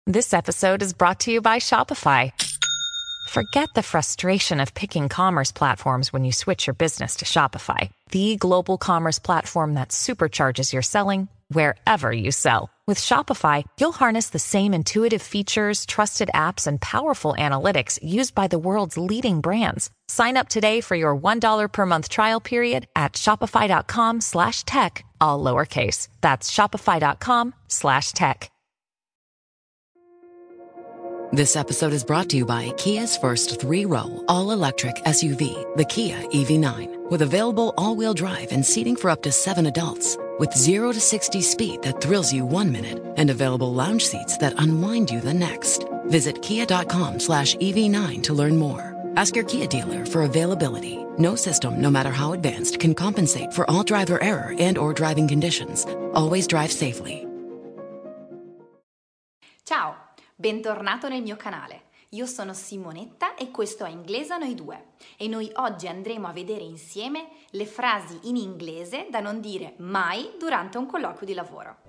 This episode is brought to you by Shopify. Forget the frustration of picking commerce platforms when you switch your business to Shopify, the global commerce platform that supercharges your selling wherever you sell. With Shopify, you'll harness the same intuitive features, trusted apps, and powerful analytics used by the world's leading brands. Sign up today for your $1 per month trial period at shopify.com/tech, all lowercase. That's shopify.com/tech. This episode is brought to you by Kia's first 3-row, all-electric SUV, the Kia EV9, with available all-wheel drive and seating for up to 7 adults, with 0 to 60 speed that thrills you 1 minute and available lounge seats that unwind you the next. Visit kia.com/EV9 to learn more. Ask your Kia dealer for availability. No system, no matter how advanced, can compensate for all driver error and or driving conditions. Always drive safely. Ciao! Bentornato nel mio canale. Io sono Simonetta e questo è Inglese a noi due e noi oggi andremo a vedere insieme le frasi in inglese da non dire mai durante un colloquio di lavoro.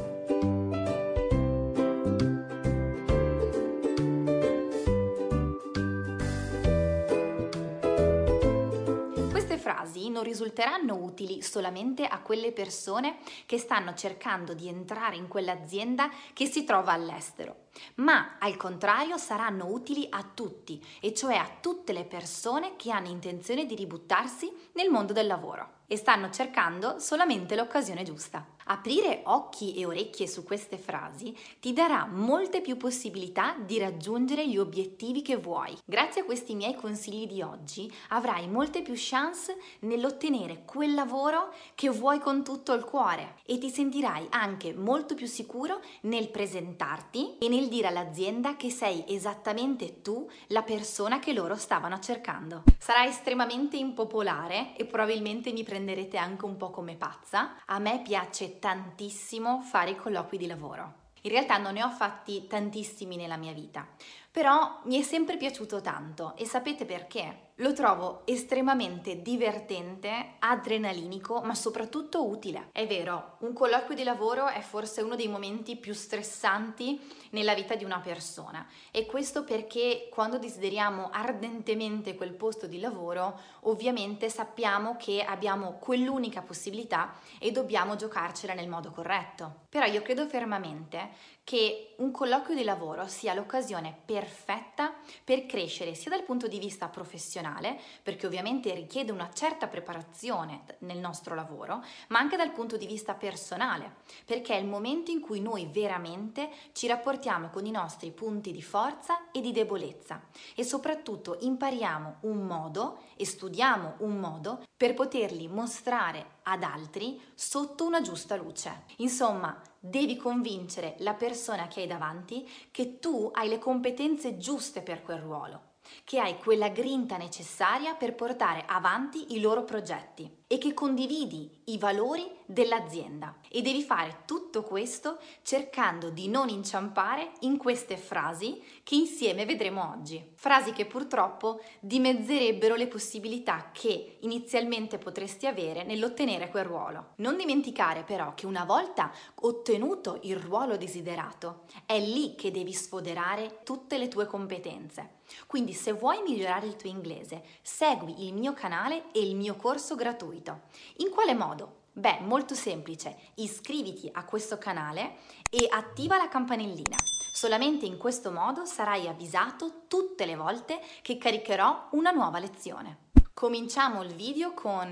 Queste frasi non risulteranno utili solamente a quelle persone che stanno cercando di entrare in quell'azienda che si trova all'estero, ma al contrario saranno utili a tutti, e cioè a tutte le persone che hanno intenzione di ributtarsi nel mondo del lavoro e stanno cercando solamente l'occasione giusta. Aprire occhi e orecchie su queste frasi ti darà molte più possibilità di raggiungere gli obiettivi che vuoi. Grazie a questi miei consigli di oggi avrai molte più chance nell'ottenere quel lavoro che vuoi con tutto il cuore e ti sentirai anche molto più sicuro nel presentarti e nel dire all'azienda che sei esattamente tu la persona che loro stavano cercando. Sarà estremamente impopolare e probabilmente mi prenderete anche un po' come pazza. A me piace tantissimo fare i colloqui di lavoro. In realtà non ne ho fatti tantissimi nella mia vita, però mi è sempre piaciuto tanto e sapete perché? Lo trovo estremamente divertente, adrenalinico, ma soprattutto utile. È vero, un colloquio di lavoro è forse uno dei momenti più stressanti nella vita di una persona, e questo perché quando desideriamo ardentemente quel posto di lavoro, ovviamente sappiamo che abbiamo quell'unica possibilità e dobbiamo giocarcela nel modo corretto. Però io credo fermamente che un colloquio di lavoro sia l'occasione perfetta per crescere sia dal punto di vista professionale, perché ovviamente richiede una certa preparazione nel nostro lavoro, ma anche dal punto di vista personale, perché è il momento in cui noi veramente ci rapportiamo con i nostri punti di forza e di debolezza e soprattutto impariamo un modo e studiamo un modo per poterli mostrare ad altri sotto una giusta luce. Insomma, devi convincere la persona che hai davanti che tu hai le competenze giuste per quel ruolo, che hai quella grinta necessaria per portare avanti i loro progetti e che condividi i valori dell'azienda. E devi fare tutto questo cercando di non inciampare in queste frasi che insieme vedremo oggi. Frasi che purtroppo dimezzerebbero le possibilità che inizialmente potresti avere nell'ottenere quel ruolo. Non dimenticare però che una volta ottenuto il ruolo desiderato, è lì che devi sfoderare tutte le tue competenze. Quindi se vuoi migliorare il tuo inglese, segui il mio canale e il mio corso gratuito. In quale modo? Beh, molto semplice, iscriviti a questo canale e attiva la campanellina. Solamente in questo modo sarai avvisato tutte le volte che caricherò una nuova lezione. Cominciamo il video con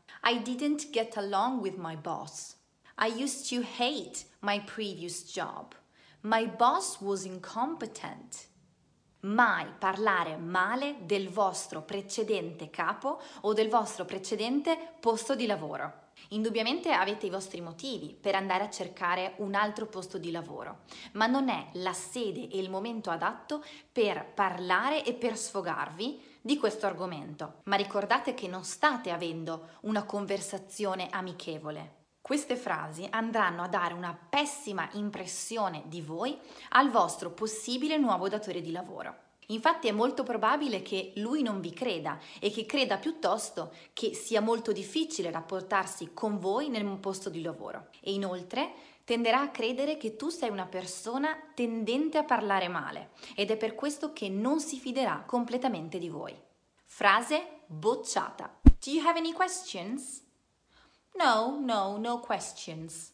I didn't get along with my boss. I used to hate my previous job. My boss was incompetent. Mai parlare male del vostro precedente capo o del vostro precedente posto di lavoro. Indubbiamente avete i vostri motivi per andare a cercare un altro posto di lavoro, ma non è la sede e il momento adatto per parlare e per sfogarvi di questo argomento. Ma ricordate che non state avendo una conversazione amichevole. Queste frasi andranno a dare una pessima impressione di voi al vostro possibile nuovo datore di lavoro. Infatti è molto probabile che lui non vi creda e che creda piuttosto che sia molto difficile rapportarsi con voi nel posto di lavoro. E inoltre tenderà a credere che tu sei una persona tendente a parlare male ed è per questo che non si fiderà completamente di voi. Frase bocciata. Do you have any questions? No questions.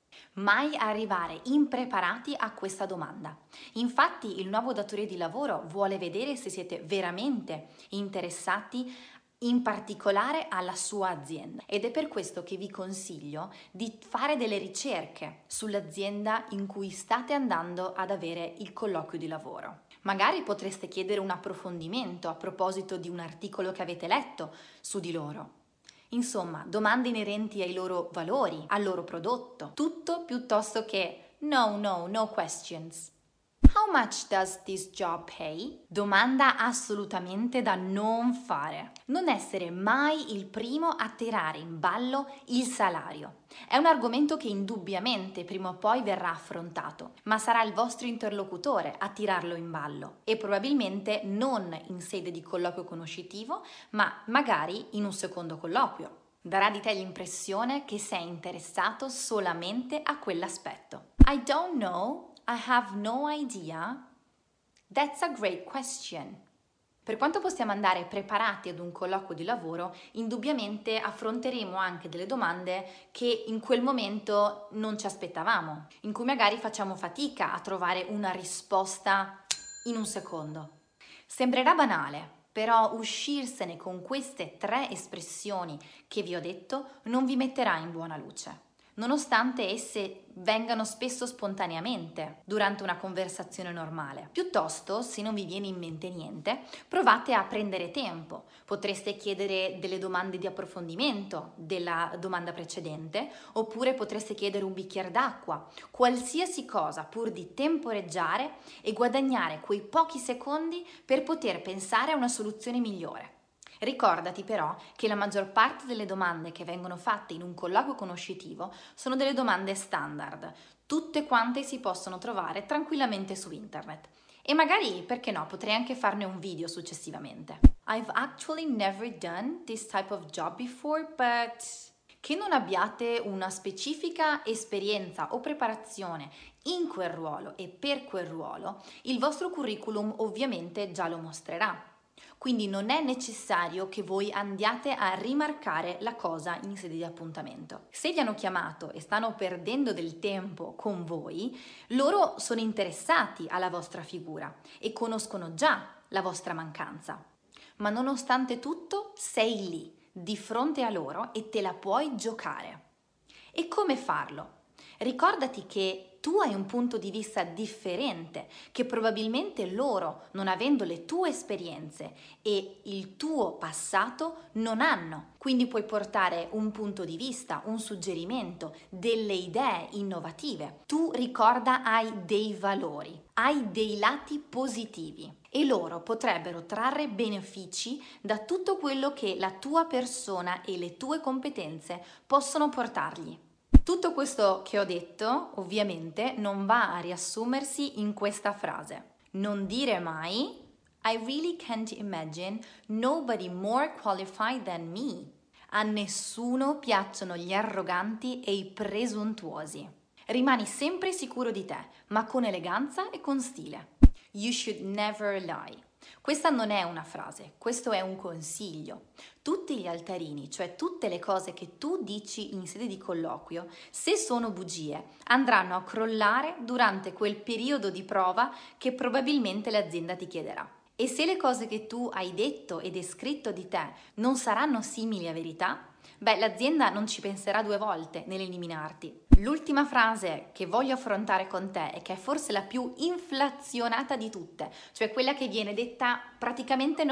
Mai arrivare impreparati a questa domanda. Infatti il nuovo datore di lavoro vuole vedere se siete veramente interessati in particolare alla sua azienda ed è per questo che vi consiglio di fare delle ricerche sull'azienda in cui state andando ad avere il colloquio di lavoro. Magari potreste chiedere un approfondimento a proposito di un articolo che avete letto su di loro. Insomma, domande inerenti ai loro valori, al loro prodotto, tutto piuttosto che no questions. How much does this job pay? Domanda assolutamente da non fare. Non essere mai il primo a tirare in ballo il salario. È un argomento che indubbiamente prima o poi verrà affrontato, ma sarà il vostro interlocutore a tirarlo in ballo e probabilmente non in sede di colloquio conoscitivo, ma magari in un secondo colloquio. Darà di te l'impressione che sei interessato solamente a quell'aspetto. I don't know. I have no idea. That's a great question. Per quanto possiamo andare preparati ad un colloquio di lavoro, indubbiamente affronteremo anche delle domande che in quel momento non ci aspettavamo, in cui magari facciamo fatica a trovare una risposta in un secondo. Sembrerà banale, però uscirsene con queste 3 espressioni che vi ho detto non vi metterà in buona luce, nonostante esse vengano spesso spontaneamente durante una conversazione normale. Piuttosto, se non vi viene in mente niente, provate a prendere tempo. Potreste chiedere delle domande di approfondimento della domanda precedente, oppure potreste chiedere un bicchiere d'acqua, qualsiasi cosa pur di temporeggiare e guadagnare quei pochi secondi per poter pensare a una soluzione migliore. Ricordati però che la maggior parte delle domande che vengono fatte in un colloquio conoscitivo sono delle domande standard, tutte quante si possono trovare tranquillamente su internet. E magari, perché no, potrei anche farne un video successivamente. I've actually never done this type of job before, but... Che non abbiate una specifica esperienza o preparazione in quel ruolo e per quel ruolo, il vostro curriculum ovviamente già lo mostrerà. Quindi non è necessario che voi andiate a rimarcare la cosa in sede di appuntamento. Se vi hanno chiamato e stanno perdendo del tempo con voi, loro sono interessati alla vostra figura e conoscono già la vostra mancanza. Ma nonostante tutto, sei lì, di fronte a loro e te la puoi giocare. E come farlo? Ricordati che tu hai un punto di vista differente, che probabilmente loro, non avendo le tue esperienze e il tuo passato, non hanno. Quindi puoi portare un punto di vista, un suggerimento, delle idee innovative. Tu ricorda hai dei valori, hai dei lati positivi e loro potrebbero trarre benefici da tutto quello che la tua persona e le tue competenze possono portargli. Tutto questo che ho detto, ovviamente, non va a riassumersi in questa frase. Non dire mai I really can't imagine nobody more qualified than me. A nessuno piacciono gli arroganti e i presuntuosi. Rimani sempre sicuro di te, ma con eleganza e con stile. You should never lie. Questa non è una frase, questo è un consiglio. Tutti gli altarini, cioè tutte le cose che tu dici in sede di colloquio, se sono bugie, andranno a crollare durante quel periodo di prova che probabilmente l'azienda ti chiederà. E se le cose che tu hai detto e descritto di te non saranno simili a verità, l'azienda non ci penserà 2 volte nell'eliminarti. L'ultima frase che voglio affrontare con te e che è forse la più inflazionata di tutte, cioè quella che viene detta praticamente il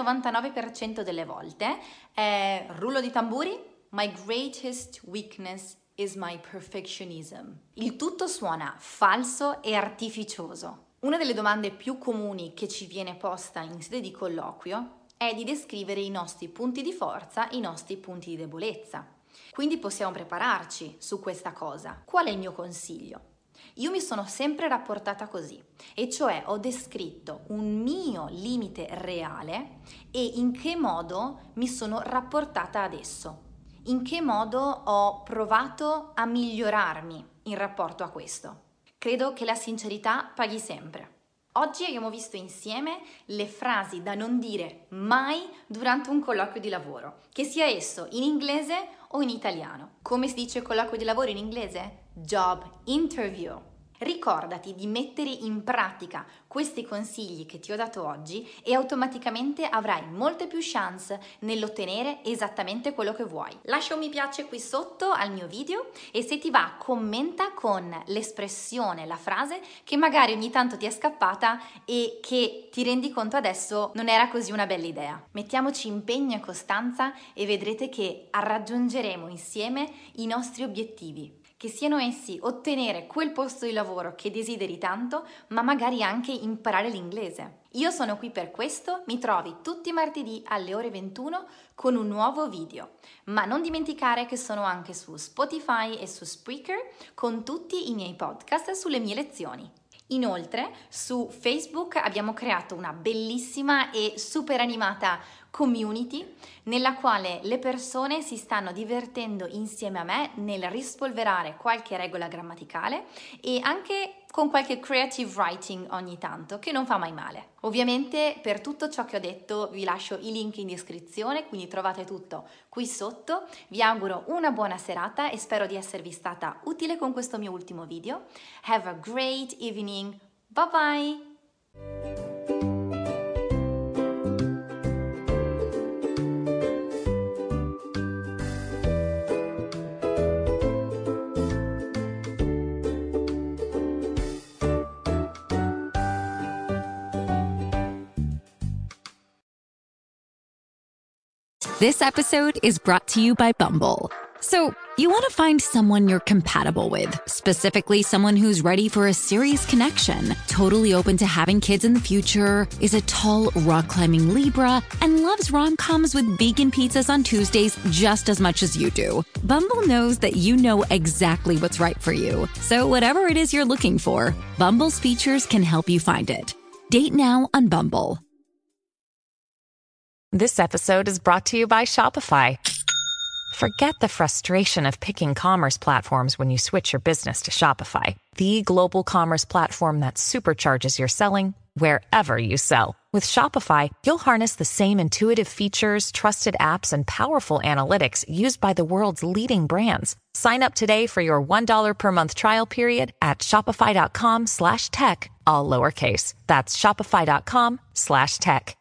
99% delle volte, è rullo di tamburi, my greatest weakness is my perfectionism. Il tutto suona falso e artificioso. Una delle domande più comuni che ci viene posta in sede di colloquio è di descrivere i nostri punti di forza, i nostri punti di debolezza. Quindi possiamo prepararci su questa cosa. Qual è il mio consiglio? Io mi sono sempre rapportata così, e cioè ho descritto un mio limite reale e in che modo mi sono rapportata ad esso, in che modo ho provato a migliorarmi in rapporto a questo. Credo che la sincerità paghi sempre. Oggi abbiamo visto insieme le frasi da non dire mai durante un colloquio di lavoro, che sia esso in inglese o in italiano. Come si dice colloquio di lavoro in inglese? Job interview. Ricordati di mettere in pratica questi consigli che ti ho dato oggi e automaticamente avrai molte più chance nell'ottenere esattamente quello che vuoi. Lascia un mi piace qui sotto al mio video e se ti va commenta con l'espressione, la frase che magari ogni tanto ti è scappata e che ti rendi conto adesso non era così una bella idea. Mettiamoci impegno e costanza e vedrete che raggiungeremo insieme i nostri obiettivi, che siano essi ottenere quel posto di lavoro che desideri tanto, ma magari anche imparare l'inglese. Io sono qui per questo, mi trovi tutti i martedì alle ore 21 con un nuovo video, ma non dimenticare che sono anche su Spotify e su Spreaker con tutti i miei podcast sulle mie lezioni. Inoltre, su Facebook abbiamo creato una bellissima e super animata community nella quale le persone si stanno divertendo insieme a me nel rispolverare qualche regola grammaticale e anche con qualche creative writing ogni tanto, che non fa mai male. Ovviamente per tutto ciò che ho detto vi lascio i link in descrizione, quindi trovate tutto qui sotto. Vi auguro una buona serata e spero di esservi stata utile con questo mio ultimo video. Have a great evening. Bye bye! This episode is brought to you by Bumble. So, you want to find someone you're compatible with, specifically someone who's ready for a serious connection, totally open to having kids in the future, is a tall, rock-climbing Libra, and loves rom-coms with vegan pizzas on Tuesdays just as much as you do. Bumble knows that you know exactly what's right for you. So whatever it is you're looking for, Bumble's features can help you find it. Date now on Bumble. This episode is brought to you by Shopify. Forget the frustration of picking commerce platforms when you switch your business to Shopify, the global commerce platform that supercharges your selling wherever you sell. With Shopify, you'll harness the same intuitive features, trusted apps, and powerful analytics used by the world's leading brands. Sign up today for your $1 per month trial period at shopify.com/tech, all lowercase. That's shopify.com/tech.